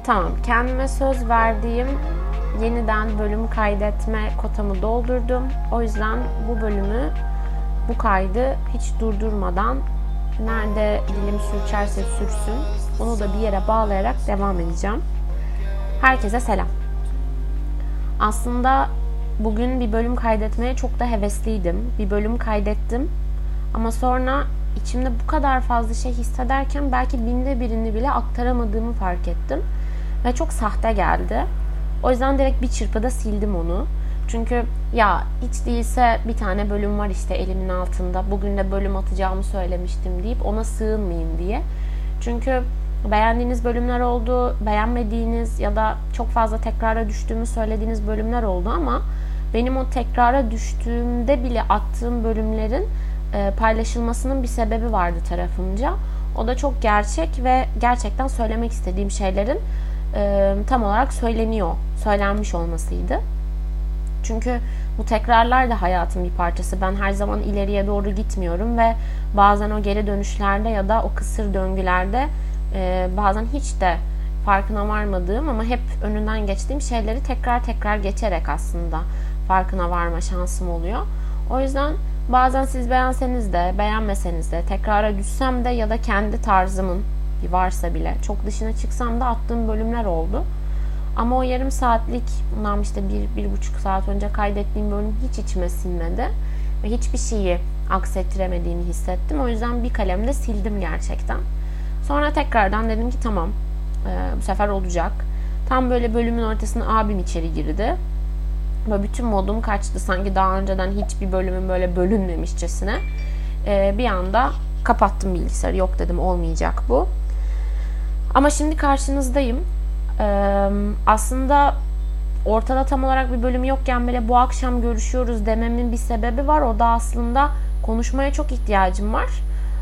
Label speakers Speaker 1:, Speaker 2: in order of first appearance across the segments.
Speaker 1: Tamam, kendime söz verdiğim yeniden bölüm kaydetme kotamı doldurdum. O yüzden bu kaydı hiç durdurmadan nerede dilim sürçerse sürsün onu da bir yere bağlayarak devam edeceğim. Herkese selam. Aslında bugün bir bölüm kaydetmeye çok da hevesliydim. Bir bölüm kaydettim ama sonra içimde bu kadar fazla şey hissederken belki binde birini bile aktaramadığımı fark ettim. Ve çok sahte geldi. O yüzden direkt bir çırpıda sildim onu. Çünkü ya hiç değilse bir tane bölüm var işte elimin altında. Bugün de bölüm atacağımı söylemiştim deyip ona sığınmayayım diye. Çünkü beğendiğiniz bölümler oldu, beğenmediğiniz ya da çok fazla tekrara düştüğümü söylediğiniz bölümler oldu ama benim o tekrara düştüğümde bile attığım bölümlerin paylaşılmasının bir sebebi vardı tarafımca. O da çok gerçek ve gerçekten söylemek istediğim şeylerin tam olarak söylenmiş olmasıydı. Çünkü bu tekrarlar da hayatın bir parçası. Ben her zaman ileriye doğru gitmiyorum ve bazen o geri dönüşlerde ya da o kısır döngülerde bazen hiç de farkına varmadığım ama hep önünden geçtiğim şeyleri tekrar geçerek aslında farkına varma şansım oluyor. O yüzden bazen siz beğenseniz de beğenmeseniz de tekrara düşsem de ya da kendi tarzımın varsa bile çok dışına çıksam da attığım bölümler oldu. Ama o yarım saatlik, bundan işte bir buçuk saat önce kaydettiğim bölüm hiç içime sinmedi. Ve hiçbir şeyi aksettiremediğini hissettim. O yüzden bir kalemde sildim gerçekten. Sonra tekrardan dedim ki tamam bu sefer olacak. Tam böyle bölümün ortasına abim içeri girdi. Böyle bütün modum kaçtı. Sanki daha önceden hiçbir bölümün böyle bölünmemişçesine. Bir anda kapattım bilgisayarı. Yok dedim, olmayacak bu. Ama şimdi karşınızdayım. Aslında ortada tam olarak bir bölüm yokken bile bu akşam görüşüyoruz dememin bir sebebi var. O da aslında konuşmaya çok ihtiyacım var.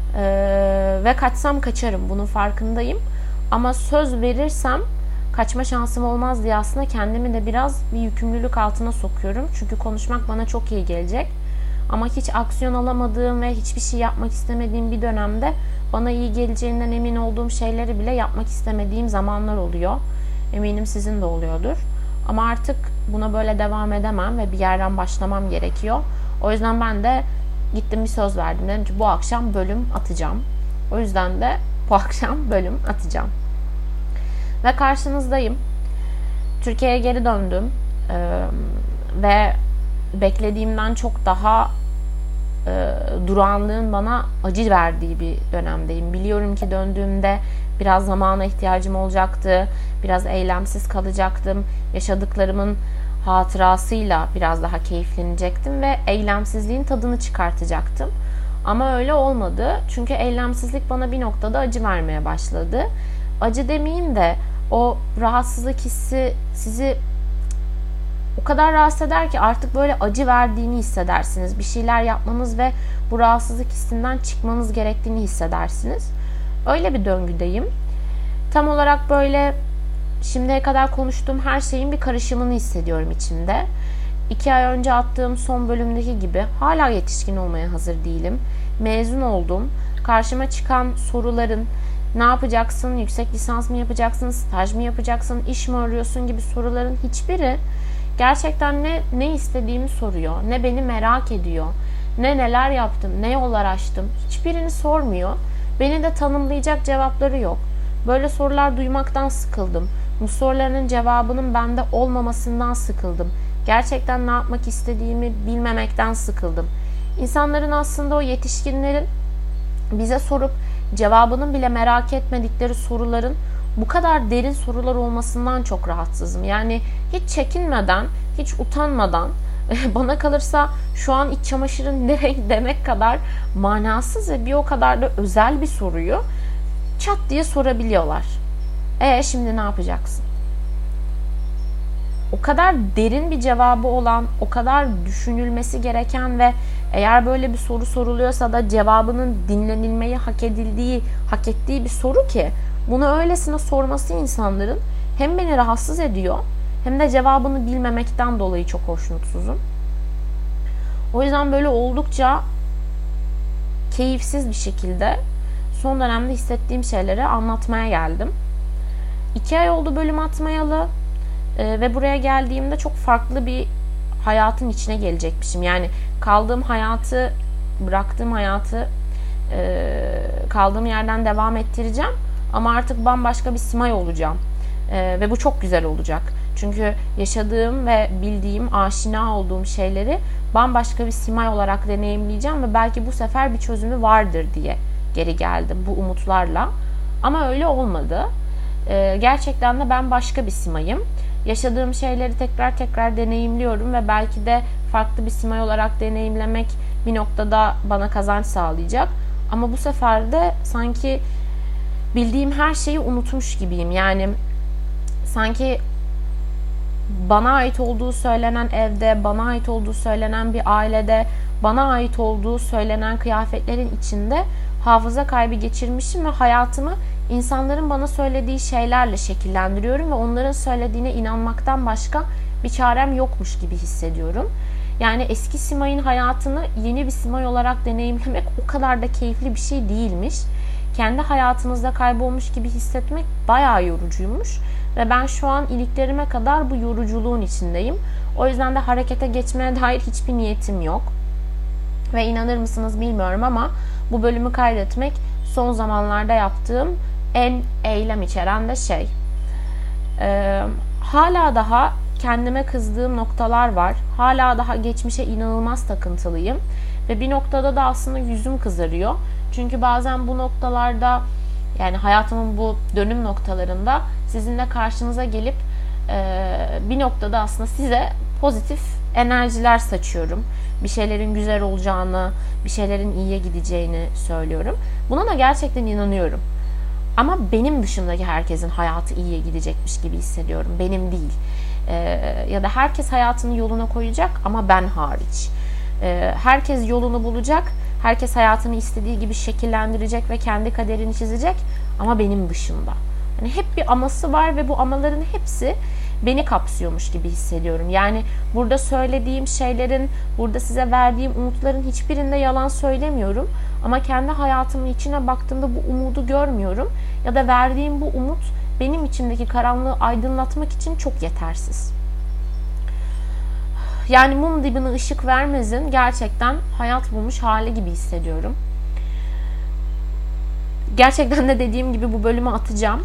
Speaker 1: Ve kaçsam kaçarım. Bunun farkındayım. Ama söz verirsem kaçma şansım olmaz diye aslında kendimi de biraz bir yükümlülük altına sokuyorum. Çünkü konuşmak bana çok iyi gelecek. Ama hiç aksiyon alamadığım ve hiçbir şey yapmak istemediğim bir dönemde bana iyi geleceğinden emin olduğum şeyleri bile yapmak istemediğim zamanlar oluyor. Eminim sizin de oluyordur. Ama artık buna böyle devam edemem ve bir yerden başlamam gerekiyor. O yüzden ben de gittim bir söz verdim. Dedim ki bu akşam bölüm atacağım. O yüzden de bu akşam bölüm atacağım. Ve karşınızdayım. Türkiye'ye geri döndüm. Ve beklediğimden çok daha durağanlığın bana acı verdiği bir dönemdeyim. Biliyorum ki döndüğümde biraz zamana ihtiyacım olacaktı. Biraz eylemsiz kalacaktım. Yaşadıklarımın hatırasıyla biraz daha keyiflenecektim ve eylemsizliğin tadını çıkartacaktım. Ama öyle olmadı. Çünkü eylemsizlik bana bir noktada acı vermeye başladı. Acı demeyeyim de o rahatsızlık hissi sizi o kadar rahatsız eder ki artık böyle acı verdiğini hissedersiniz. Bir şeyler yapmanız ve bu rahatsızlık hissinden çıkmanız gerektiğini hissedersiniz. Öyle bir döngüdeyim. Tam olarak böyle şimdiye kadar konuştuğum her şeyin bir karışımını hissediyorum içimde. 2 ay önce attığım son bölümdeki gibi hala yetişkin olmaya hazır değilim. Mezun oldum. Karşıma çıkan soruların ne yapacaksın, yüksek lisans mı yapacaksın, staj mı yapacaksın, iş mi arıyorsun gibi soruların hiçbiri gerçekten ne istediğimi soruyor, ne beni merak ediyor, neler yaptım, ne yollar açtım, hiçbirini sormuyor. Beni de tanımlayacak cevapları yok. Böyle sorular duymaktan sıkıldım. Bu soruların cevabının bende olmamasından sıkıldım. Gerçekten ne yapmak istediğimi bilmemekten sıkıldım. İnsanların aslında o yetişkinlerin bize sorup cevabının bile merak etmedikleri soruların bu kadar derin sorular olmasından çok rahatsızım. Yani hiç çekinmeden, hiç utanmadan bana kalırsa şu an iç çamaşırın ne renk demek kadar manasız ve bir o kadar da özel bir soruyu çat diye sorabiliyorlar. Şimdi ne yapacaksın? O kadar derin bir cevabı olan, o kadar düşünülmesi gereken ve eğer böyle bir soru soruluyorsa da cevabının dinlenilmeyi hak ettiği bir soru ki bunu öylesine sorması insanların hem beni rahatsız ediyor hem de cevabını bilmemekten dolayı çok hoşnutsuzum. O yüzden böyle oldukça keyifsiz bir şekilde son dönemde hissettiğim şeyleri anlatmaya geldim. 2 ay oldu bölüm atmayalı ve buraya geldiğimde çok farklı bir hayatın içine gelecekmişim. Yani kaldığım hayatı, bıraktığım hayatı kaldığım yerden devam ettireceğim. Ama artık bambaşka bir Simay olacağım. Ve bu çok güzel olacak. Çünkü yaşadığım ve bildiğim, aşina olduğum şeyleri bambaşka bir Simay olarak deneyimleyeceğim ve belki bu sefer bir çözümü vardır diye geri geldim bu umutlarla. Ama öyle olmadı. Gerçekten de ben başka bir Simay'ım. Yaşadığım şeyleri tekrar tekrar deneyimliyorum ve belki de farklı bir Simay olarak deneyimlemek bir noktada bana kazanç sağlayacak. Ama bu sefer de sanki bildiğim her şeyi unutmuş gibiyim. Yani sanki bana ait olduğu söylenen evde, bana ait olduğu söylenen bir ailede, bana ait olduğu söylenen kıyafetlerin içinde hafıza kaybı geçirmişim ve hayatımı insanların bana söylediği şeylerle şekillendiriyorum ve onların söylediğine inanmaktan başka bir çarem yokmuş gibi hissediyorum. Yani eski Simay'ın hayatını yeni bir Simay olarak deneyimlemek o kadar da keyifli bir şey değilmiş. Kendi hayatınızda kaybolmuş gibi hissetmek bayağı yorucuymuş. Ve ben şu an iliklerime kadar bu yoruculuğun içindeyim. O yüzden de harekete geçmeye dair hiçbir niyetim yok. Ve inanır mısınız bilmiyorum ama bu bölümü kaydetmek son zamanlarda yaptığım en eylem içeren de şey. Hala daha kendime kızdığım noktalar var. Hala daha geçmişe inanılmaz takıntılıyım. Ve bir noktada da aslında yüzüm kızarıyor. Çünkü bazen bu noktalarda, yani hayatımın bu dönüm noktalarında sizinle karşınıza gelip bir noktada aslında size pozitif enerjiler saçıyorum. Bir şeylerin güzel olacağını, bir şeylerin iyiye gideceğini söylüyorum. Buna da gerçekten inanıyorum. Ama benim dışımdaki herkesin hayatı iyiye gidecekmiş gibi hissediyorum. Benim değil. Ya da herkes hayatını yoluna koyacak ama ben hariç. Herkes yolunu bulacak. Herkes hayatını istediği gibi şekillendirecek ve kendi kaderini çizecek ama benim dışımda. Yani hep bir aması var ve bu amaların hepsi beni kapsıyormuş gibi hissediyorum. Yani burada söylediğim şeylerin, burada size verdiğim umutların hiçbirinde yalan söylemiyorum. Ama kendi hayatımın içine baktığımda bu umudu görmüyorum. Ya da verdiğim bu umut benim içimdeki karanlığı aydınlatmak için çok yetersiz. Yani mum dibine ışık vermezin gerçekten hayat bulmuş hali gibi hissediyorum. Gerçekten de dediğim gibi bu bölümü atacağım.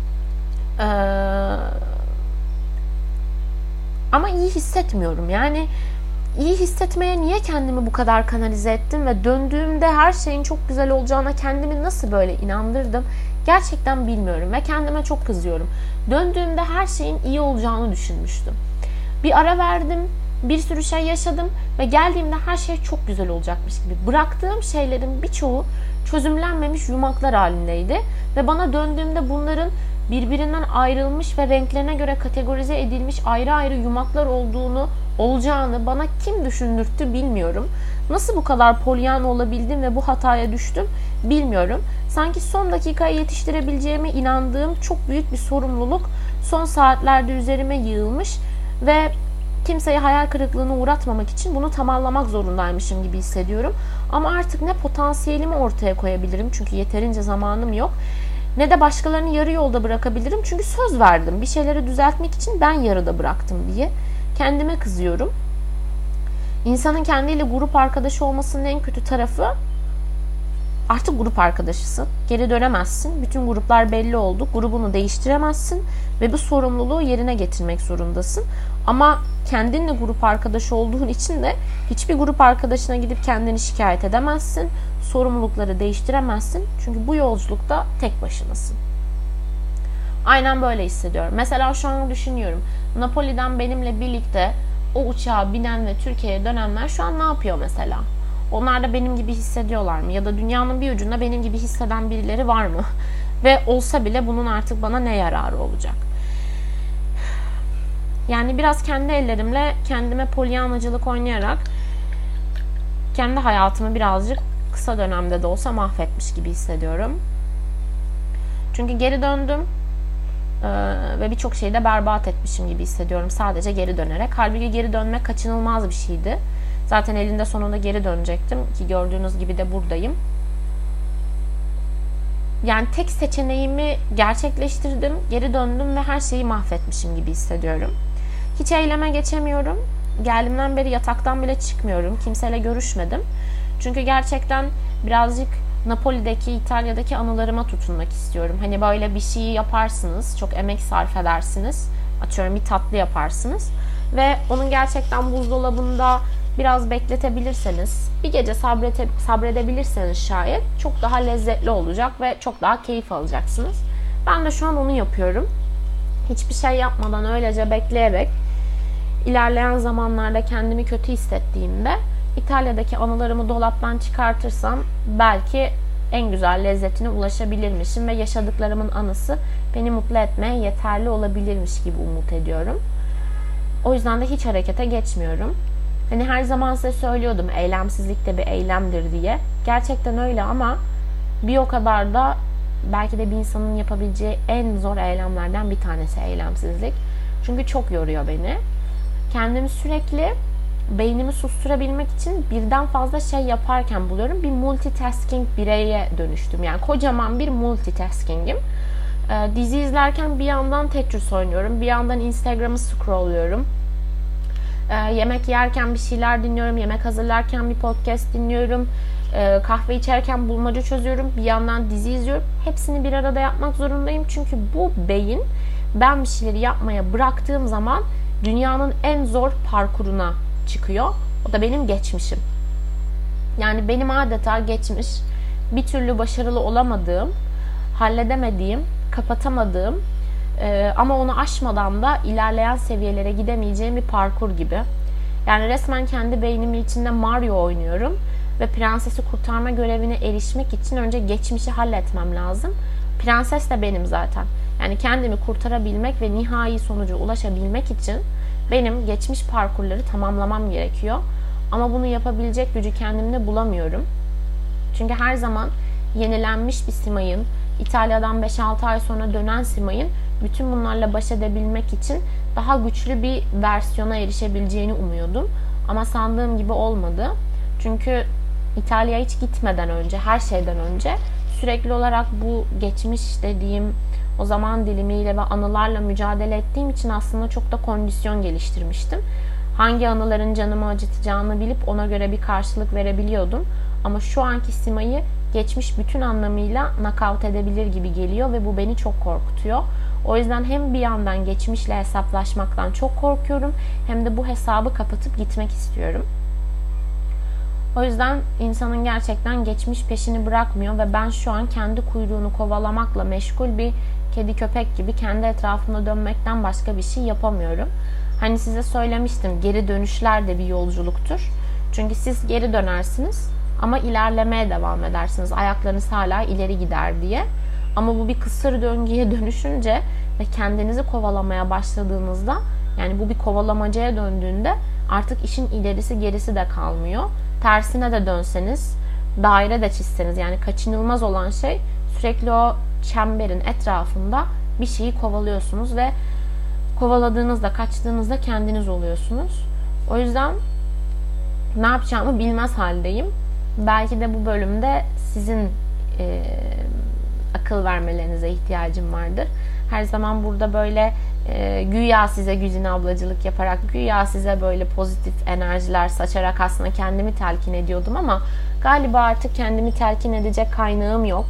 Speaker 1: Ama iyi hissetmiyorum. Yani iyi hissetmeye niye kendimi bu kadar kanalize ettim ve döndüğümde her şeyin çok güzel olacağına kendimi nasıl böyle inandırdım? Gerçekten bilmiyorum ve kendime çok kızıyorum. Döndüğümde her şeyin iyi olacağını düşünmüştüm. Bir ara verdim, bir sürü şey yaşadım ve geldiğimde her şey çok güzel olacakmış gibi. Bıraktığım şeylerin birçoğu çözümlenmemiş yumaklar halindeydi ve bana döndüğümde bunların birbirinden ayrılmış ve renklerine göre kategorize edilmiş ayrı ayrı yumaklar olacağını bana kim düşündürttü bilmiyorum. Nasıl bu kadar Pollyanna olabildim ve bu hataya düştüm bilmiyorum. Sanki son dakikaya yetiştirebileceğime inandığım çok büyük bir sorumluluk son saatlerde üzerime yığılmış ve kimseyi hayal kırıklığına uğratmamak için bunu tamamlamak zorundaymışım gibi hissediyorum. Ama artık ne potansiyelimi ortaya koyabilirim çünkü yeterince zamanım yok. Ne de başkalarını yarı yolda bırakabilirim çünkü söz verdim. Bir şeyleri düzeltmek için ben yarıda bıraktım diye kendime kızıyorum. İnsanın kendiyle grup arkadaşı olmasının en kötü tarafı artık grup arkadaşısın. Geri dönemezsin. Bütün gruplar belli oldu. Grubunu değiştiremezsin ve bu sorumluluğu yerine getirmek zorundasın. Ama kendinle grup arkadaşı olduğun için de hiçbir grup arkadaşına gidip kendini şikayet edemezsin. Sorumlulukları değiştiremezsin. Çünkü bu yolculukta tek başınasın. Aynen böyle hissediyorum. Mesela şu an düşünüyorum. Napoli'den benimle birlikte o uçağa binen ve Türkiye'ye dönenler şu an ne yapıyor mesela? Onlar da benim gibi hissediyorlar mı? Ya da dünyanın bir ucunda benim gibi hisseden birileri var mı? Ve olsa bile bunun artık bana ne yararı olacak? Yani biraz kendi ellerimle kendime polyanacılık oynayarak kendi hayatımı birazcık kısa dönemde de olsa mahvetmiş gibi hissediyorum. Çünkü geri döndüm ve birçok şeyi de berbat etmişim gibi hissediyorum sadece geri dönerek. Halbuki geri dönmek kaçınılmaz bir şeydi. Zaten elinde sonunda geri dönecektim ki gördüğünüz gibi de buradayım. Yani tek seçeneğimi gerçekleştirdim, geri döndüm ve her şeyi mahvetmişim gibi hissediyorum. Hiç eyleme geçemiyorum. Geldiğimden beri yataktan bile çıkmıyorum. Kimseyle görüşmedim. Çünkü gerçekten birazcık Napoli'deki, İtalya'daki anılarıma tutunmak istiyorum. Hani böyle bir şeyi yaparsınız, çok emek sarf edersiniz. Atıyorum bir tatlı yaparsınız. Ve onun gerçekten buzdolabında biraz bekletebilirseniz, bir gece sabredebilirseniz şayet çok daha lezzetli olacak ve çok daha keyif alacaksınız. Ben de şu an onu yapıyorum. Hiçbir şey yapmadan öylece bekleyerek ilerleyen zamanlarda kendimi kötü hissettiğimde İtalya'daki anılarımı dolaptan çıkartırsam belki en güzel lezzetine ulaşabilirmişim ve yaşadıklarımın anısı beni mutlu etmeye yeterli olabilirmiş gibi umut ediyorum. O yüzden de hiç harekete geçmiyorum. Hani her zaman size söylüyordum eylemsizlik de bir eylemdir diye. Gerçekten öyle ama bir o kadar da belki de bir insanın yapabileceği en zor eylemlerden bir tanesi eylemsizlik. Çünkü çok yoruyor beni. Kendimi sürekli beynimi susturabilmek için birden fazla şey yaparken buluyorum. Bir multitasking bireye dönüştüm. Yani kocaman bir multitaskingim. Dizi izlerken bir yandan Tetris oynuyorum. Bir yandan Instagram'ı scrollluyorum. Yemek yerken bir şeyler dinliyorum. Yemek hazırlarken bir podcast dinliyorum. Kahve içerken bulmaca çözüyorum. Bir yandan dizi izliyorum. Hepsini bir arada yapmak zorundayım. Çünkü bu beyin ben bir şeyleri yapmaya bıraktığım zaman dünyanın en zor parkuruna çıkıyor. O da benim geçmişim. Yani benim adeta geçmiş, bir türlü başarılı olamadığım, halledemediğim, kapatamadığım ama onu aşmadan da ilerleyen seviyelere gidemeyeceğim bir parkur gibi. Yani resmen kendi beynimin içinde Mario oynuyorum ve prensesi kurtarma görevine erişmek için önce geçmişi halletmem lazım. Prenses de benim zaten. Yani kendimi kurtarabilmek ve nihai sonuca ulaşabilmek için benim geçmiş parkurları tamamlamam gerekiyor. Ama bunu yapabilecek gücü kendimde bulamıyorum. Çünkü her zaman yenilenmiş bir Simay'ın, İtalya'dan 5-6 ay sonra dönen Simay'ın bütün bunlarla baş edebilmek için daha güçlü bir versiyona erişebileceğini umuyordum. Ama sandığım gibi olmadı. Çünkü İtalya'ya hiç gitmeden önce, her şeyden önce sürekli olarak bu geçmiş dediğim o zaman dilimiyle ve anılarla mücadele ettiğim için aslında çok da kondisyon geliştirmiştim. Hangi anıların canımı acıtacağını bilip ona göre bir karşılık verebiliyordum. Ama şu anki Simay'ı geçmiş bütün anlamıyla nakavt edebilir gibi geliyor ve bu beni çok korkutuyor. O yüzden hem bir yandan geçmişle hesaplaşmaktan çok korkuyorum hem de bu hesabı kapatıp gitmek istiyorum. O yüzden insanın gerçekten geçmiş peşini bırakmıyor ve ben şu an kendi kuyruğunu kovalamakla meşgul bir kedi köpek gibi kendi etrafımda dönmekten başka bir şey yapamıyorum. Hani size söylemiştim, geri dönüşler de bir yolculuktur. Çünkü siz geri dönersiniz ama ilerlemeye devam edersiniz. Ayaklarınız hala ileri gider diye. Ama bu bir kısır döngüye dönüşünce ve kendinizi kovalamaya başladığınızda, yani bu bir kovalamacaya döndüğünde artık işin ilerisi gerisi de kalmıyor. Tersine de dönseniz, daire de çizseniz, yani kaçınılmaz olan şey sürekli o çemberin etrafında bir şeyi kovalıyorsunuz ve kovaladığınızda, kaçtığınızda kendiniz oluyorsunuz. O yüzden ne yapacağımı bilmez haldeyim. Belki de bu bölümde sizin akıl vermelerinize ihtiyacım vardır. Her zaman burada böyle güya size Güzin ablacılık yaparak, güya size böyle pozitif enerjiler saçarak aslında kendimi telkin ediyordum ama galiba artık kendimi telkin edecek kaynağım yok.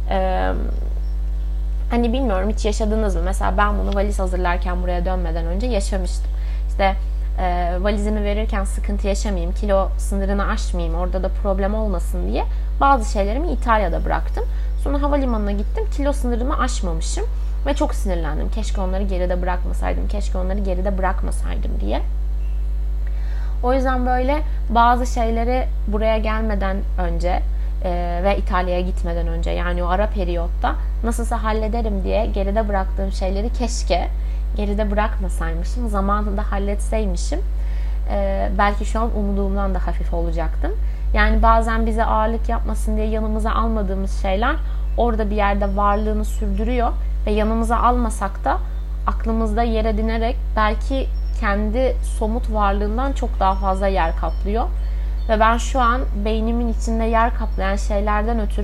Speaker 1: Hani bilmiyorum, hiç yaşadınız mı? Mesela ben bunu valiz hazırlarken buraya dönmeden önce yaşamıştım. İşte valizimi verirken sıkıntı yaşamayayım, kilo sınırını aşmayayım, orada da problem olmasın diye bazı şeylerimi İtalya'da bıraktım. Sonra havalimanına gittim, kilo sınırımı aşmamışım ve çok sinirlendim. Keşke onları geride bırakmasaydım, keşke onları geride bırakmasaydım diye. O yüzden böyle bazı şeyleri buraya gelmeden önce ve İtalya'ya gitmeden önce, yani o ara periyotta nasılsa hallederim diye geride bıraktığım şeyleri keşke geride bırakmasaymışım, zamanında halletseymişim. Belki şu an umduğumdan da hafif olacaktım. Yani bazen bize ağırlık yapmasın diye yanımıza almadığımız şeyler orada bir yerde varlığını sürdürüyor ve yanımıza almasak da aklımızda yer edinerek belki kendi somut varlığından çok daha fazla yer kaplıyor. Ve ben şu an beynimin içinde yer kaplayan şeylerden ötürü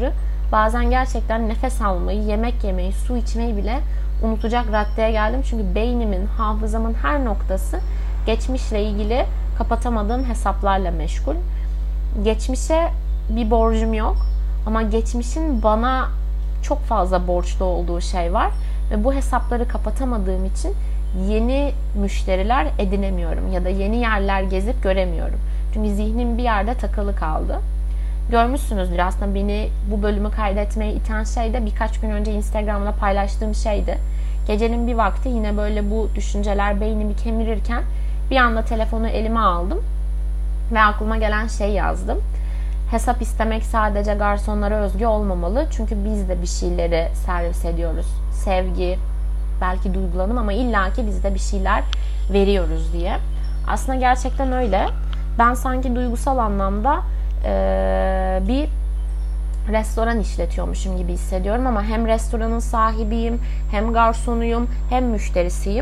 Speaker 1: bazen gerçekten nefes almayı, yemek yemeyi, su içmeyi bile unutacak raddeye geldim. Çünkü beynimin, hafızamın her noktası geçmişle ilgili kapatamadığım hesaplarla meşgul. Geçmişe bir borcum yok ama geçmişin bana çok fazla borçlu olduğu şey var ve bu hesapları kapatamadığım için yeni müşteriler edinemiyorum ya da yeni yerler gezip göremiyorum. Çünkü zihnim bir yerde takılı kaldı. Görmüşsünüzdür aslında, beni bu bölümü kaydetmeye iten şey de birkaç gün önce Instagram'da paylaştığım şeydi. Gecenin bir vakti yine böyle bu düşünceler beynimi kemirirken bir anda telefonu elime aldım ve aklıma gelen şey yazdım. Hesap istemek sadece garsonlara özgü olmamalı. Çünkü biz de bir şeyleri servis ediyoruz. Sevgi, belki duygulanım ama illaki biz de bir şeyler veriyoruz diye. Aslında gerçekten öyle. Ben sanki duygusal anlamda bir restoran işletiyormuşum gibi hissediyorum ama hem restoranın sahibiyim, hem garsonuyum, hem müşterisiyim.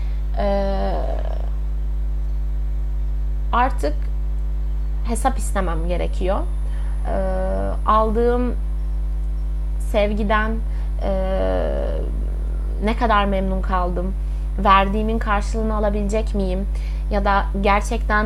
Speaker 1: Artık hesap istemem gerekiyor. Aldığım sevgiden ne kadar memnun kaldım, verdiğimin karşılığını alabilecek miyim ya da gerçekten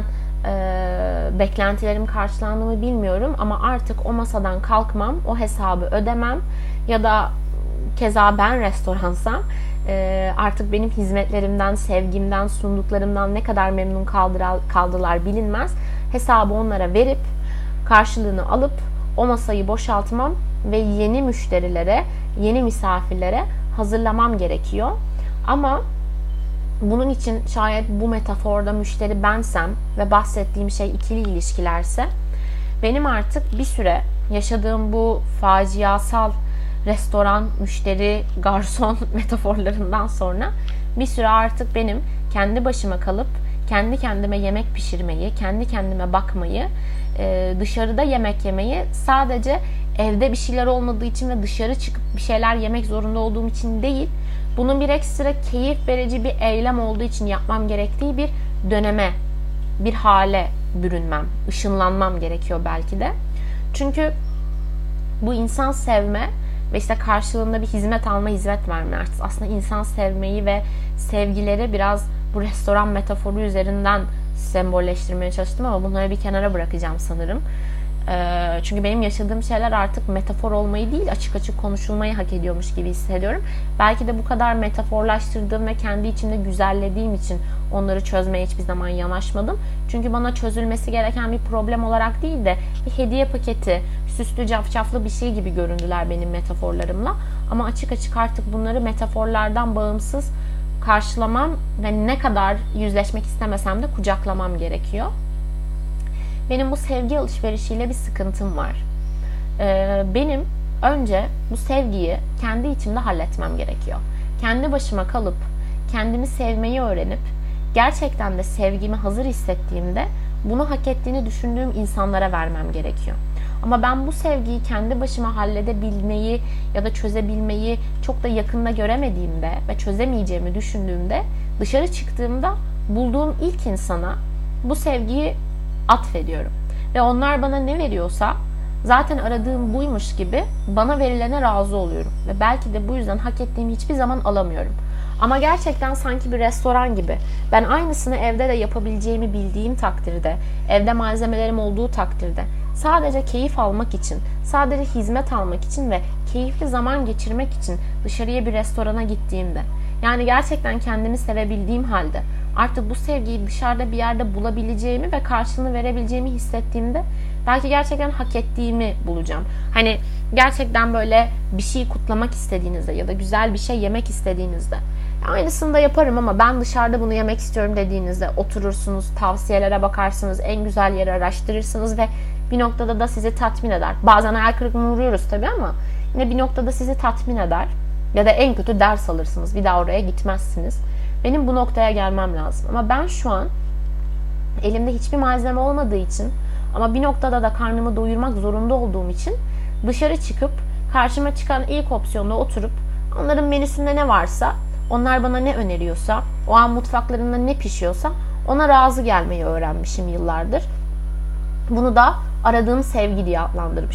Speaker 1: beklentilerim karşılandı mı bilmiyorum ama artık o masadan kalkmam, o hesabı ödemem ya da keza ben restoransam artık benim hizmetlerimden, sevgimden, sunduklarımdan ne kadar memnun kaldılar bilinmez. Hesabı onlara verip, karşılığını alıp o masayı boşaltmam ve yeni müşterilere, yeni misafirlere hazırlamam gerekiyor. Ama bunun için şayet bu metaforda müşteri bensem ve bahsettiğim şey ikili ilişkilerse, benim artık bir süre yaşadığım bu faciasal restoran, müşteri, garson metaforlarından sonra bir süre artık benim kendi başıma kalıp kendi kendime yemek pişirmeyi, kendi kendime bakmayı, dışarıda yemek yemeyi sadece evde bir şeyler olmadığı için ve dışarı çıkıp bir şeyler yemek zorunda olduğum için değil, bunun bir ekstra keyif verici bir eylem olduğu için yapmam gerektiği bir döneme, bir hale bürünmem, ışınlanmam gerekiyor belki de. Çünkü bu insan sevme ve işte karşılığında bir hizmet alma, hizmet verme. Aslında insan sevmeyi ve sevgileri biraz bu restoran metaforu üzerinden sembolleştirmeye çalıştım ama bunları bir kenara bırakacağım sanırım. Çünkü benim yaşadığım şeyler artık metafor olmayı değil, açık açık konuşulmayı hak ediyormuş gibi hissediyorum. Belki de bu kadar metaforlaştırdığım ve kendi içimde güzellediğim için onları çözmeye hiçbir zaman yanaşmadım. Çünkü bana çözülmesi gereken bir problem olarak değil de bir hediye paketi, süslü cafcaflı bir şey gibi göründüler benim metaforlarımla. Ama açık açık artık bunları metaforlardan bağımsız karşılamam ve ne kadar yüzleşmek istemesem de kucaklamam gerekiyor. Benim bu sevgi alışverişiyle bir sıkıntım var. Benim önce bu sevgiyi kendi içimde halletmem gerekiyor. Kendi başıma kalıp, kendimi sevmeyi öğrenip, gerçekten de sevgimi hazır hissettiğimde bunu hak ettiğini düşündüğüm insanlara vermem gerekiyor. Ama ben bu sevgiyi kendi başıma halledebilmeyi ya da çözebilmeyi çok da yakında göremediğimde ve çözemeyeceğimi düşündüğümde dışarı çıktığımda bulduğum ilk insana bu sevgiyi atfediyorum. Ve onlar bana ne veriyorsa zaten aradığım buymuş gibi bana verilene razı oluyorum. Ve belki de bu yüzden hak ettiğimi hiçbir zaman alamıyorum. Ama gerçekten sanki bir restoran gibi. Ben aynısını evde de yapabileceğimi bildiğim takdirde, evde malzemelerim olduğu takdirde, sadece keyif almak için, sadece hizmet almak için ve keyifli zaman geçirmek için dışarıya bir restorana gittiğimde, yani gerçekten kendimi sevebildiğim halde, artık bu sevgiyi dışarıda bir yerde bulabileceğimi ve karşılığını verebileceğimi hissettiğimde belki gerçekten hak ettiğimi bulacağım. Hani gerçekten böyle bir şey kutlamak istediğinizde ya da güzel bir şey yemek istediğinizde, aynısını da yaparım ama ben dışarıda bunu yemek istiyorum dediğinizde oturursunuz, tavsiyelere bakarsınız, en güzel yeri araştırırsınız ve bir noktada da sizi tatmin eder. Bazen hayal kırıklığına uğruyoruz tabii ama yine bir noktada sizi tatmin eder. Ya da en kötü ders alırsınız. Bir daha oraya gitmezsiniz. Benim bu noktaya gelmem lazım. Ama ben şu an elimde hiçbir malzeme olmadığı için ama bir noktada da karnımı doyurmak zorunda olduğum için dışarı çıkıp karşıma çıkan ilk opsiyonda oturup onların menüsünde ne varsa, onlar bana ne öneriyorsa, o an mutfaklarında ne pişiyorsa ona razı gelmeyi öğrenmişim yıllardır. Bunu da aradığım sevgi diye adlandırmışım.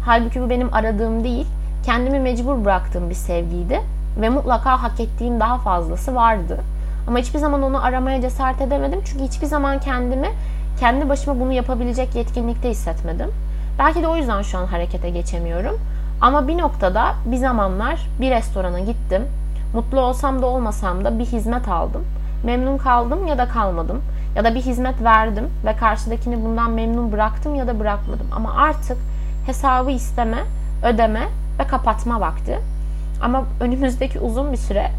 Speaker 1: Halbuki bu benim aradığım değil, kendimi mecbur bıraktığım bir sevgiydi ve mutlaka hak ettiğim daha fazlası vardı. Ama hiçbir zaman onu aramaya cesaret edemedim. Çünkü hiçbir zaman kendimi kendi başıma bunu yapabilecek yetkinlikte hissetmedim. Belki de o yüzden şu an harekete geçemiyorum. Ama bir noktada bir zamanlar bir restorana gittim. Mutlu olsam da olmasam da bir hizmet aldım. Memnun kaldım ya da kalmadım. Ya da bir hizmet verdim ve karşıdakini bundan memnun bıraktım ya da bırakmadım. Ama artık hesabı isteme, ödeme ve kapatma vakti. Ama önümüzdeki uzun bir süre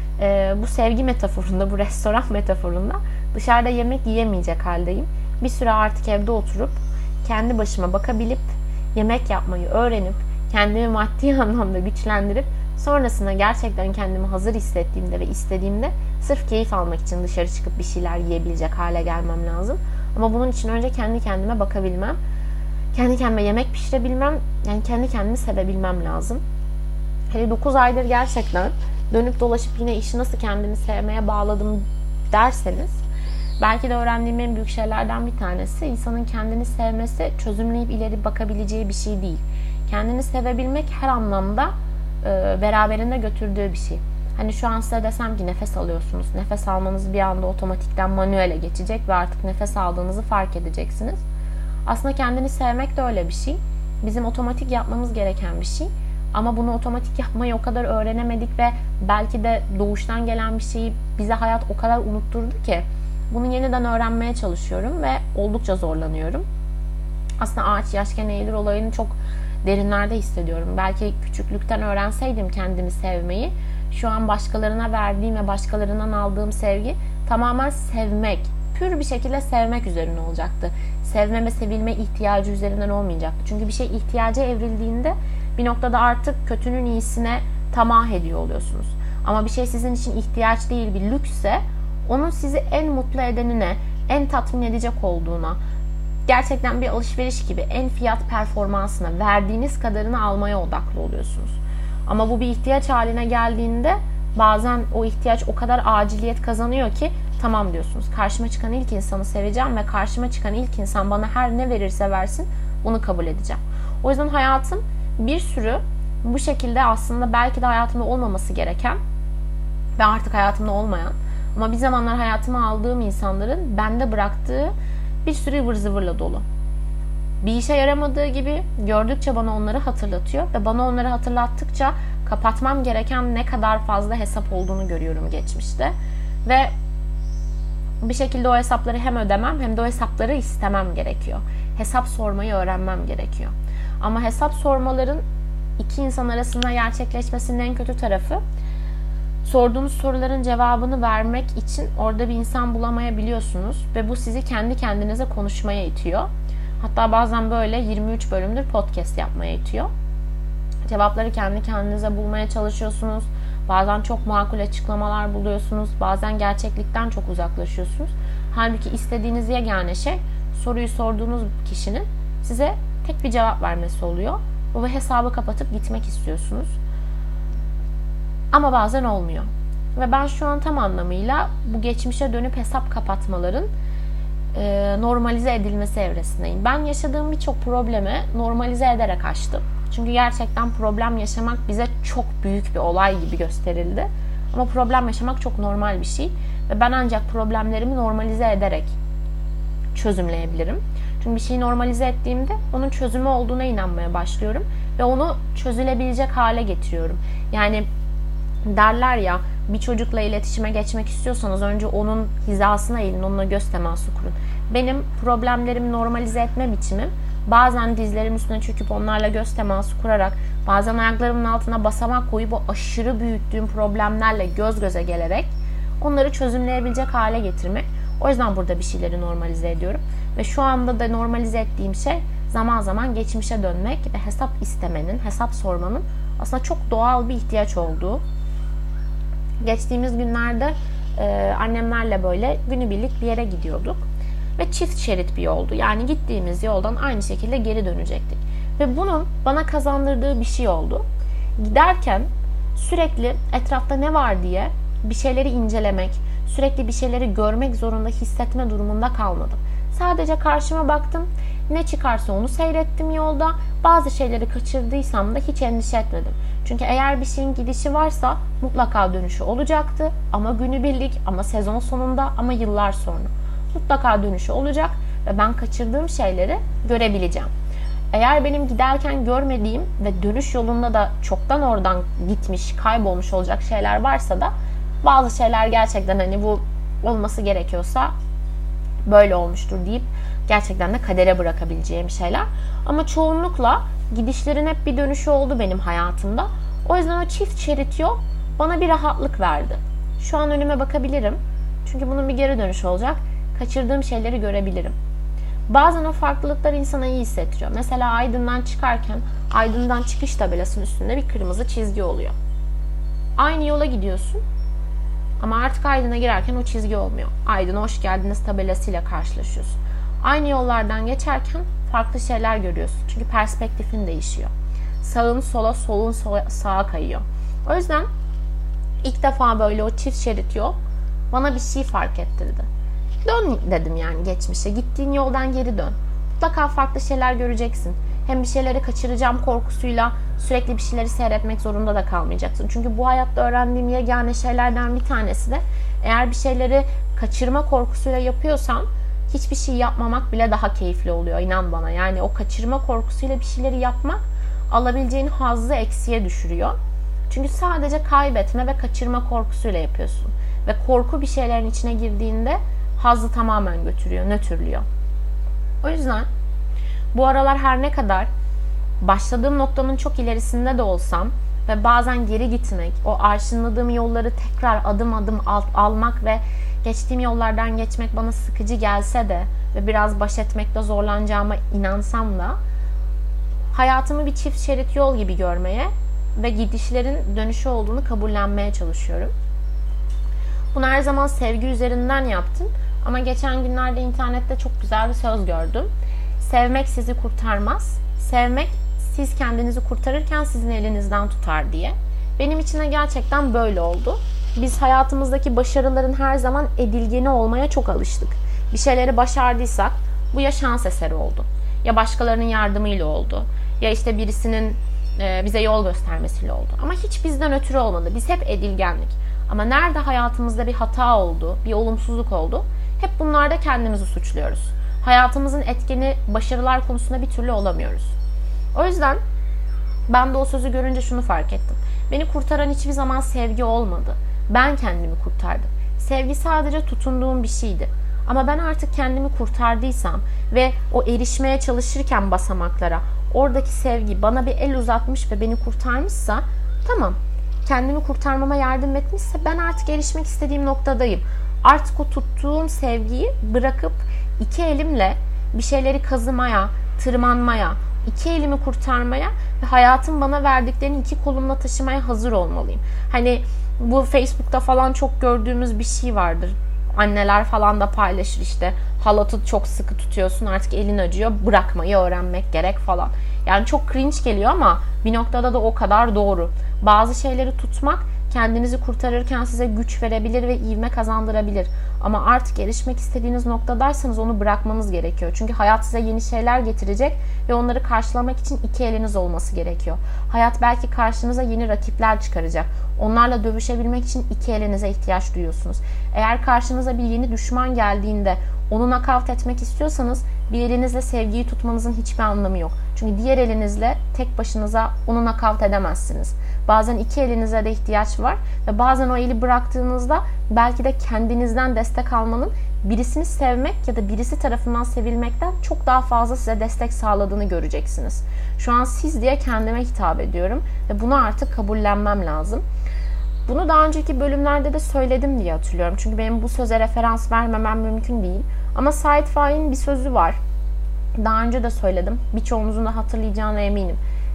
Speaker 1: bu sevgi metaforunda, bu restoran metaforunda dışarıda yemek yiyemeyecek haldeyim. Bir süre artık evde oturup kendi başıma bakabilip yemek yapmayı öğrenip kendimi maddi anlamda güçlendirip sonrasında gerçekten kendimi hazır hissettiğimde ve istediğimde sırf keyif almak için dışarı çıkıp bir şeyler yiyebilecek hale gelmem lazım. Ama bunun için önce kendi kendime bakabilmem, kendi kendime yemek pişirebilmem, yani kendi kendimi sevebilmem lazım. Hele 9 aydır gerçekten dönüp dolaşıp yine işi nasıl kendimi sevmeye bağladım derseniz, belki de öğrendiğim en büyük şeylerden bir tanesi, insanın kendini sevmesi çözümleyip ileri bakabileceği bir şey değil. Kendini sevebilmek her anlamda beraberinde götürdüğü bir şey. Hani şu an size desem ki nefes alıyorsunuz. Nefes almanız bir anda otomatikten manuele geçecek ve artık nefes aldığınızı fark edeceksiniz. Aslında kendini sevmek de öyle bir şey. Bizim otomatik yapmamız gereken bir şey. Ama bunu otomatik yapmayı o kadar öğrenemedik ve belki de doğuştan gelen bir şeyi bize hayat o kadar unutturdu ki bunu yeniden öğrenmeye çalışıyorum ve oldukça zorlanıyorum. Aslında ağaç yaşken eğilir olayını çok derinlerde hissediyorum. Belki küçüklükten öğrenseydim kendimi sevmeyi, şu an başkalarına verdiğim ve başkalarından aldığım sevgi tamamen sevmek, pür bir şekilde sevmek üzerine olacaktı. Sevme ve sevilme ihtiyacı üzerinden olmayacaktı. Çünkü bir şey ihtiyaca evrildiğinde bir noktada artık kötünün iyisine tamah ediyor oluyorsunuz. Ama bir şey sizin için ihtiyaç değil, bir lüksse, onun sizi en mutlu edenine, en tatmin edecek olduğuna, gerçekten bir alışveriş gibi en fiyat performansına, verdiğiniz kadarını almaya odaklı oluyorsunuz. Ama bu bir ihtiyaç haline geldiğinde bazen o ihtiyaç o kadar aciliyet kazanıyor ki tamam diyorsunuz. Karşıma çıkan ilk insanı seveceğim ve karşıma çıkan ilk insan bana her ne verirse versin bunu kabul edeceğim. O yüzden hayatım bir sürü bu şekilde aslında belki de hayatımda olmaması gereken ve artık hayatımda olmayan ama bir zamanlar hayatıma aldığım insanların bende bıraktığı bir sürü ıvır zıvırla dolu. Bir işe yaramadığı gibi gördükçe bana onları hatırlatıyor ve bana onları hatırlattıkça kapatmam gereken ne kadar fazla hesap olduğunu görüyorum geçmişte. Ve bir şekilde o hesapları hem ödemem hem de o hesapları istemem gerekiyor. Hesap sormayı öğrenmem gerekiyor. Ama hesap sormaların iki insan arasında gerçekleşmesinin en kötü tarafı, sorduğunuz soruların cevabını vermek için orada bir insan bulamayabiliyorsunuz ve bu sizi kendi kendinize konuşmaya itiyor. Hatta bazen böyle 23 bölümdür podcast yapmaya itiyor. Cevapları kendi kendinize bulmaya çalışıyorsunuz. Bazen çok makul açıklamalar buluyorsunuz. Bazen gerçeklikten çok uzaklaşıyorsunuz. Halbuki istediğiniz yegane şey soruyu sorduğunuz kişinin size tek bir cevap vermesi oluyor. Bu hesabı kapatıp gitmek istiyorsunuz. Ama bazen olmuyor. Ve ben şu an tam anlamıyla bu geçmişe dönüp hesap kapatmaların normalize edilmesi evresindeyim. Ben yaşadığım birçok problemi normalize ederek aştım. Çünkü gerçekten problem yaşamak bize çok büyük bir olay gibi gösterildi. Ama problem yaşamak çok normal bir şey. Ve ben ancak problemlerimi normalize ederek çözümleyebilirim. Çünkü bir şeyi normalize ettiğimde onun çözümü olduğuna inanmaya başlıyorum. Ve onu çözülebilecek hale getiriyorum. Yani derler ya, bir çocukla iletişime geçmek istiyorsanız önce onun hizasına eğilin, onunla göz teması kurun. Benim problemlerimi normalize etme biçimim bazen dizlerimin üstüne çöküp onlarla göz teması kurarak, bazen ayaklarımın altına basamak koyup o aşırı büyüttüğüm problemlerle göz göze gelerek onları çözümleyebilecek hale getirmek. O yüzden burada bir şeyleri normalize ediyorum. Ve şu anda da normalize ettiğim şey zaman zaman geçmişe dönmek ve hesap istemenin, hesap sormanın aslında çok doğal bir ihtiyaç olduğu. Geçtiğimiz günlerde annemlerle böyle günübirlik bir yere gidiyorduk. Ve çift şerit bir yoldu. Yani gittiğimiz yoldan aynı şekilde geri dönecektik. Ve bunun bana kazandırdığı bir şey oldu. Giderken sürekli etrafta ne var diye bir şeyleri incelemek, sürekli bir şeyleri görmek zorunda hissetme durumunda kalmadım. Sadece karşıma baktım. Ne çıkarsa onu seyrettim yolda. Bazı şeyleri kaçırdıysam da hiç endişe etmedim. Çünkü eğer bir şeyin gidişi varsa mutlaka dönüşü olacaktı. Ama günübirlik, ama sezon sonunda, ama yıllar sonra. Mutlaka dönüşü olacak ve ben kaçırdığım şeyleri görebileceğim. Eğer benim giderken görmediğim ve dönüş yolunda da çoktan oradan gitmiş, kaybolmuş olacak şeyler varsa da bazı şeyler gerçekten hani bu olması gerekiyorsa böyle olmuştur deyip gerçekten de kadere bırakabileceğim şeyler. Ama çoğunlukla gidişlerin hep bir dönüşü oldu benim hayatımda. O yüzden o çift şerit yol bana bir rahatlık verdi. Şu an önüme bakabilirim. Çünkü bunun bir geri dönüşü olacak. Kaçırdığım şeyleri görebilirim. Bazen o farklılıklar insana iyi hissettiriyor. Mesela Aydın'dan çıkarken Aydın'dan çıkış tabelasının üstünde bir kırmızı çizgi oluyor. Aynı yola gidiyorsun ama artık Aydın'a girerken o çizgi olmuyor. Aydın'a hoş geldiniz tabelasıyla karşılaşıyorsun. Aynı yollardan geçerken farklı şeyler görüyorsun. Çünkü perspektifin değişiyor. Sağın sola, solun sağa kayıyor. O yüzden ilk defa böyle o çift şerit yol bana bir şey fark ettirdi. Dön dedim yani geçmişe. Gittiğin yoldan geri dön. Mutlaka farklı şeyler göreceksin. Hem bir şeyleri kaçıracağım korkusuyla sürekli bir şeyleri seyretmek zorunda da kalmayacaksın. Çünkü bu hayatta öğrendiğim yegane şeylerden bir tanesi de eğer bir şeyleri kaçırma korkusuyla yapıyorsan hiçbir şey yapmamak bile daha keyifli oluyor. İnan bana. Yani o kaçırma korkusuyla bir şeyleri yapmak alabileceğin hazzı eksiye düşürüyor. Çünkü sadece kaybetme ve kaçırma korkusuyla yapıyorsun. Ve korku bir şeylerin içine girdiğinde hazzı tamamen götürüyor, nötrlüyor. O yüzden bu aralar her ne kadar başladığım noktanın çok ilerisinde de olsam ve bazen geri gitmek, o arşınladığım yolları tekrar adım adım almak ve geçtiğim yollardan geçmek bana sıkıcı gelse de ve biraz baş etmekte zorlanacağıma inansam da hayatımı bir çift şerit yol gibi görmeye ve gidişlerin dönüşü olduğunu kabullenmeye çalışıyorum. Bunu her zaman sevgi üzerinden yaptım. Ama geçen günlerde internette çok güzel bir söz gördüm. Sevmek sizi kurtarmaz. Sevmek siz kendinizi kurtarırken sizin elinizden tutar diye. Benim için de gerçekten böyle oldu. Biz hayatımızdaki başarıların her zaman edilgeni olmaya çok alıştık. Bir şeyleri başardıysak bu ya şans eseri oldu. Ya başkalarının yardımıyla oldu. Ya işte birisinin bize yol göstermesiyle oldu. Ama hiç bizden ötürü olmadı. Biz hep edilgendik. Ama nerede hayatımızda bir hata oldu, bir olumsuzluk oldu, hep bunlarda kendimizi suçluyoruz. Hayatımızın etkeni başarılar konusunda bir türlü olamıyoruz. O yüzden ben de o sözü görünce şunu fark ettim. Beni kurtaran hiçbir zaman sevgi olmadı. Ben kendimi kurtardım. Sevgi sadece tutunduğum bir şeydi. Ama ben artık kendimi kurtardıysam ve o erişmeye çalışırken basamaklara oradaki sevgi bana bir el uzatmış ve beni kurtarmışsa tamam. Kendimi kurtarmama yardım etmişse ben artık erişmek istediğim noktadayım. Artık o tuttuğum sevgiyi bırakıp iki elimle bir şeyleri kazımaya, tırmanmaya, iki elimi kurtarmaya ve hayatın bana verdiklerini iki kolumla taşımaya hazır olmalıyım. Hani bu Facebook'ta falan çok gördüğümüz bir şey vardır. Anneler falan da paylaşır işte. Halatı çok sıkı tutuyorsun artık elin acıyor. Bırakmayı öğrenmek gerek falan. Yani çok cringe geliyor ama bir noktada da o kadar doğru. Bazı şeyleri tutmak kendinizi kurtarırken size güç verebilir ve ivme kazandırabilir. Ama artık erişmek istediğiniz noktadaysanız onu bırakmanız gerekiyor. Çünkü hayat size yeni şeyler getirecek ve onları karşılamak için iki eliniz olması gerekiyor. Hayat belki karşınıza yeni rakipler çıkaracak. Onlarla dövüşebilmek için iki elinize ihtiyaç duyuyorsunuz. Eğer karşınıza bir yeni düşman geldiğinde onu nakavt etmek istiyorsanız bir elinizle sevgiyi tutmanızın hiçbir anlamı yok. Çünkü diğer elinizle tek başınıza onu nakavt edemezsiniz. Bazen iki elinize de ihtiyaç var ve bazen o eli bıraktığınızda belki de kendinizden destek almanın birisini sevmek ya da birisi tarafından sevilmekten çok daha fazla size destek sağladığını göreceksiniz. Şu an siz diye kendime hitap ediyorum ve bunu artık kabullenmem lazım. Bunu daha önceki bölümlerde de söyledim diye hatırlıyorum. Çünkü benim bu söze referans vermemem mümkün değil. Ama Said Faik'in bir sözü var. Daha önce de söyledim. Birçoğunuzun da hatırlayacağına eminim.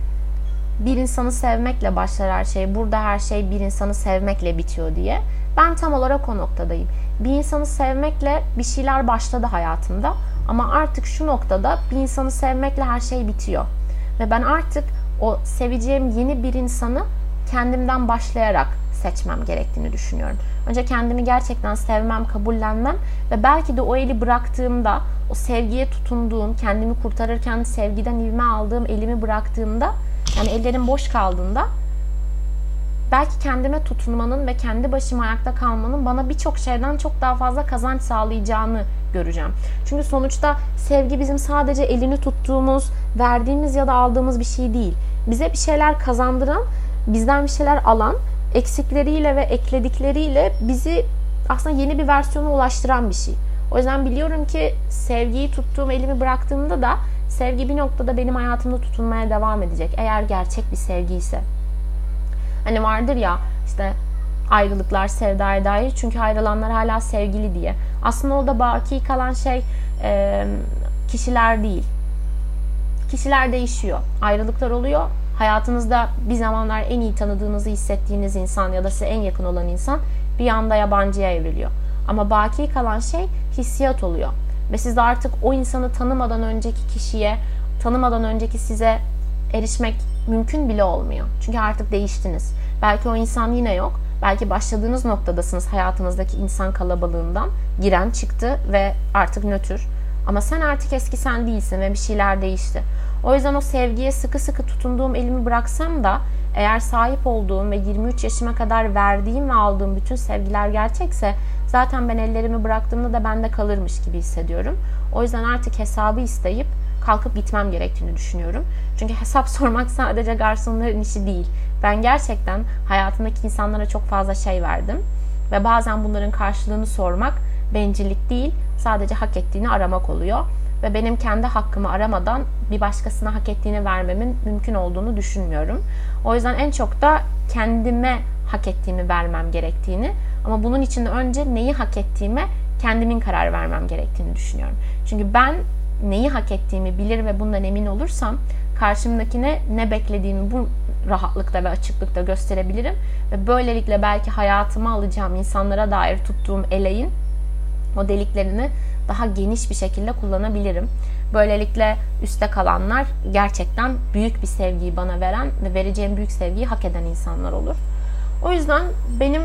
Speaker 1: Bir insanı sevmekle başlar her şey. Burada her şey bir insanı sevmekle bitiyor diye. Ben tam olarak o noktadayım. Bir insanı sevmekle bir şeyler başladı hayatımda. Ama artık şu noktada bir insanı sevmekle her şey bitiyor. Ve ben artık o seveceğim yeni bir insanı kendimden başlayarak seçmem gerektiğini düşünüyorum. Önce kendimi gerçekten sevmem, kabullenmem ve belki de o eli bıraktığımda, o sevgiye tutunduğum, kendimi kurtarırken sevgiden ivme aldığım elimi bıraktığımda, yani ellerim boş kaldığında belki kendime tutunmanın ve kendi başıma ayakta kalmanın bana birçok şeyden çok daha fazla kazanç sağlayacağını göreceğim. Çünkü sonuçta sevgi bizim sadece elini tuttuğumuz, verdiğimiz ya da aldığımız bir şey değil. Bize bir şeyler kazandıran, bizden bir şeyler alan, eksikleriyle ve ekledikleriyle bizi aslında yeni bir versiyona ulaştıran bir şey. O yüzden biliyorum ki sevgiyi tuttuğum elimi bıraktığımda da sevgi bir noktada benim hayatımda tutunmaya devam edecek. Eğer gerçek bir sevgi ise. Hani vardır ya işte ayrılıklar sevdaya dair, çünkü ayrılanlar hala sevgili diye. Aslında o da baki kalan şey kişiler değil. Kişiler değişiyor. Ayrılıklar oluyor. Hayatınızda bir zamanlar en iyi tanıdığınızı hissettiğiniz insan ya da size en yakın olan insan bir anda yabancıya evriliyor. Ama baki kalan şey hissiyat oluyor. Ve siz de artık o insanı tanımadan önceki kişiye, tanımadan önceki size erişmek mümkün bile olmuyor. Çünkü artık değiştiniz. Belki o insan yine yok. Belki başladığınız noktadasınız hayatınızdaki insan kalabalığından. Giren çıktı ve artık nötr. Ama sen artık eski sen değilsin ve bir şeyler değişti. O yüzden o sevgiye sıkı sıkı tutunduğum elimi bıraksam da eğer sahip olduğum ve 23 yaşıma kadar verdiğim ve aldığım bütün sevgiler gerçekse zaten ben ellerimi bıraktığımda da bende kalırmış gibi hissediyorum. O yüzden artık hesabı isteyip kalkıp gitmem gerektiğini düşünüyorum. Çünkü hesap sormak sadece garsonların işi değil. Ben gerçekten hayatımdaki insanlara çok fazla şey verdim. Ve bazen bunların karşılığını sormak bencillik değil, sadece hak ettiğini aramak oluyor. Ve benim kendi hakkımı aramadan bir başkasına hak ettiğini vermemin mümkün olduğunu düşünmüyorum. O yüzden en çok da kendime hak ettiğimi vermem gerektiğini, ama bunun için de önce neyi hak ettiğime kendimin karar vermem gerektiğini düşünüyorum. Çünkü ben neyi hak ettiğimi bilir ve bundan emin olursam karşımdakine ne beklediğimi bu rahatlıkta ve açıklıkta gösterebilirim. Ve böylelikle belki hayatıma alacağım insanlara dair tuttuğum eleğin o deliklerini daha geniş bir şekilde kullanabilirim. Böylelikle üstte kalanlar gerçekten büyük bir sevgiyi bana veren ve vereceğim büyük sevgiyi hak eden insanlar olur. O yüzden benim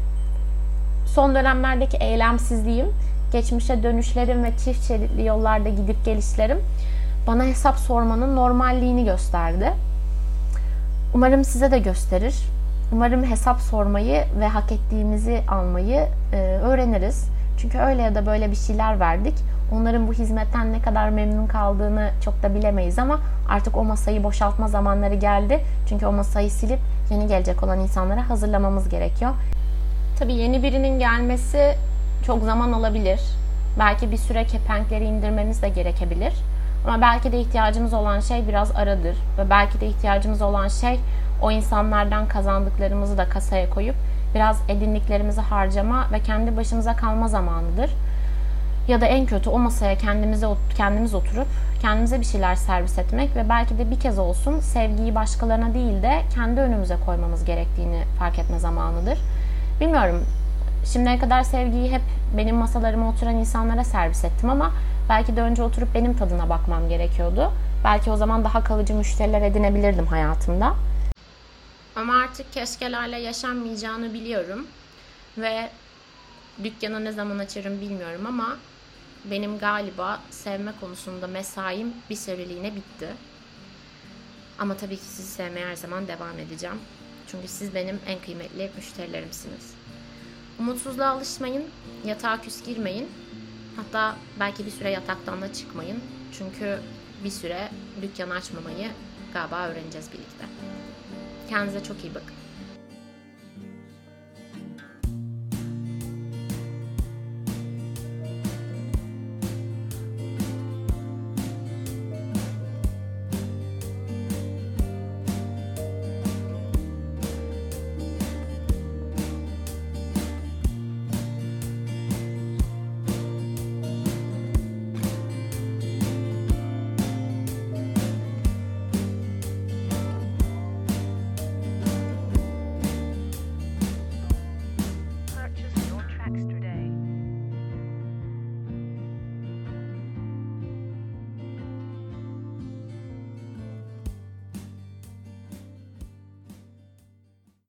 Speaker 1: son dönemlerdeki eylemsizliğim, geçmişe dönüşlerim ve çift şeritli yollarda gidip gelişlerim bana hesap sormanın normalliğini gösterdi. Umarım size de gösterir. Umarım hesap sormayı ve hak ettiğimizi almayı öğreniriz. Çünkü öyle ya da böyle bir şeyler verdik. Onların bu hizmetten ne kadar memnun kaldığını çok da bilemeyiz ama artık o masayı boşaltma zamanları geldi. Çünkü o masayı silip yeni gelecek olan insanlara hazırlamamız gerekiyor. Tabii yeni birinin gelmesi çok zaman alabilir. Belki bir süre kepenkleri indirmemiz de gerekebilir. Ama belki de ihtiyacımız olan şey biraz aradır. Ve belki de ihtiyacımız olan şey o insanlardan kazandıklarımızı da kasaya koyup biraz edindiklerimizi harcama ve kendi başımıza kalma zamanıdır. Ya da en kötü o masaya kendimiz oturup kendimize bir şeyler servis etmek ve belki de bir kez olsun sevgiyi başkalarına değil de kendi önümüze koymamız gerektiğini fark etme zamanıdır. Bilmiyorum, şimdiye kadar sevgiyi hep benim masalarıma oturan insanlara servis ettim ama belki de önce oturup benim tadına bakmam gerekiyordu. Belki o zaman daha kalıcı müşteriler edinebilirdim hayatımda. Ama artık keşkelerle yaşanmayacağını biliyorum. Ve dükkanı ne zaman açarım bilmiyorum ama benim galiba sevme konusunda mesaim bir süreliğine bitti. Ama tabii ki sizi sevmeye her zaman devam edeceğim. Çünkü siz benim en kıymetli müşterilerimsiniz. Umutsuzluğa alışmayın, yatağa küs girmeyin. Hatta belki bir süre yataktan da çıkmayın. Çünkü bir süre dükkan açmamayı galiba öğreneceğiz birlikte. Kendinize çok iyi bakın.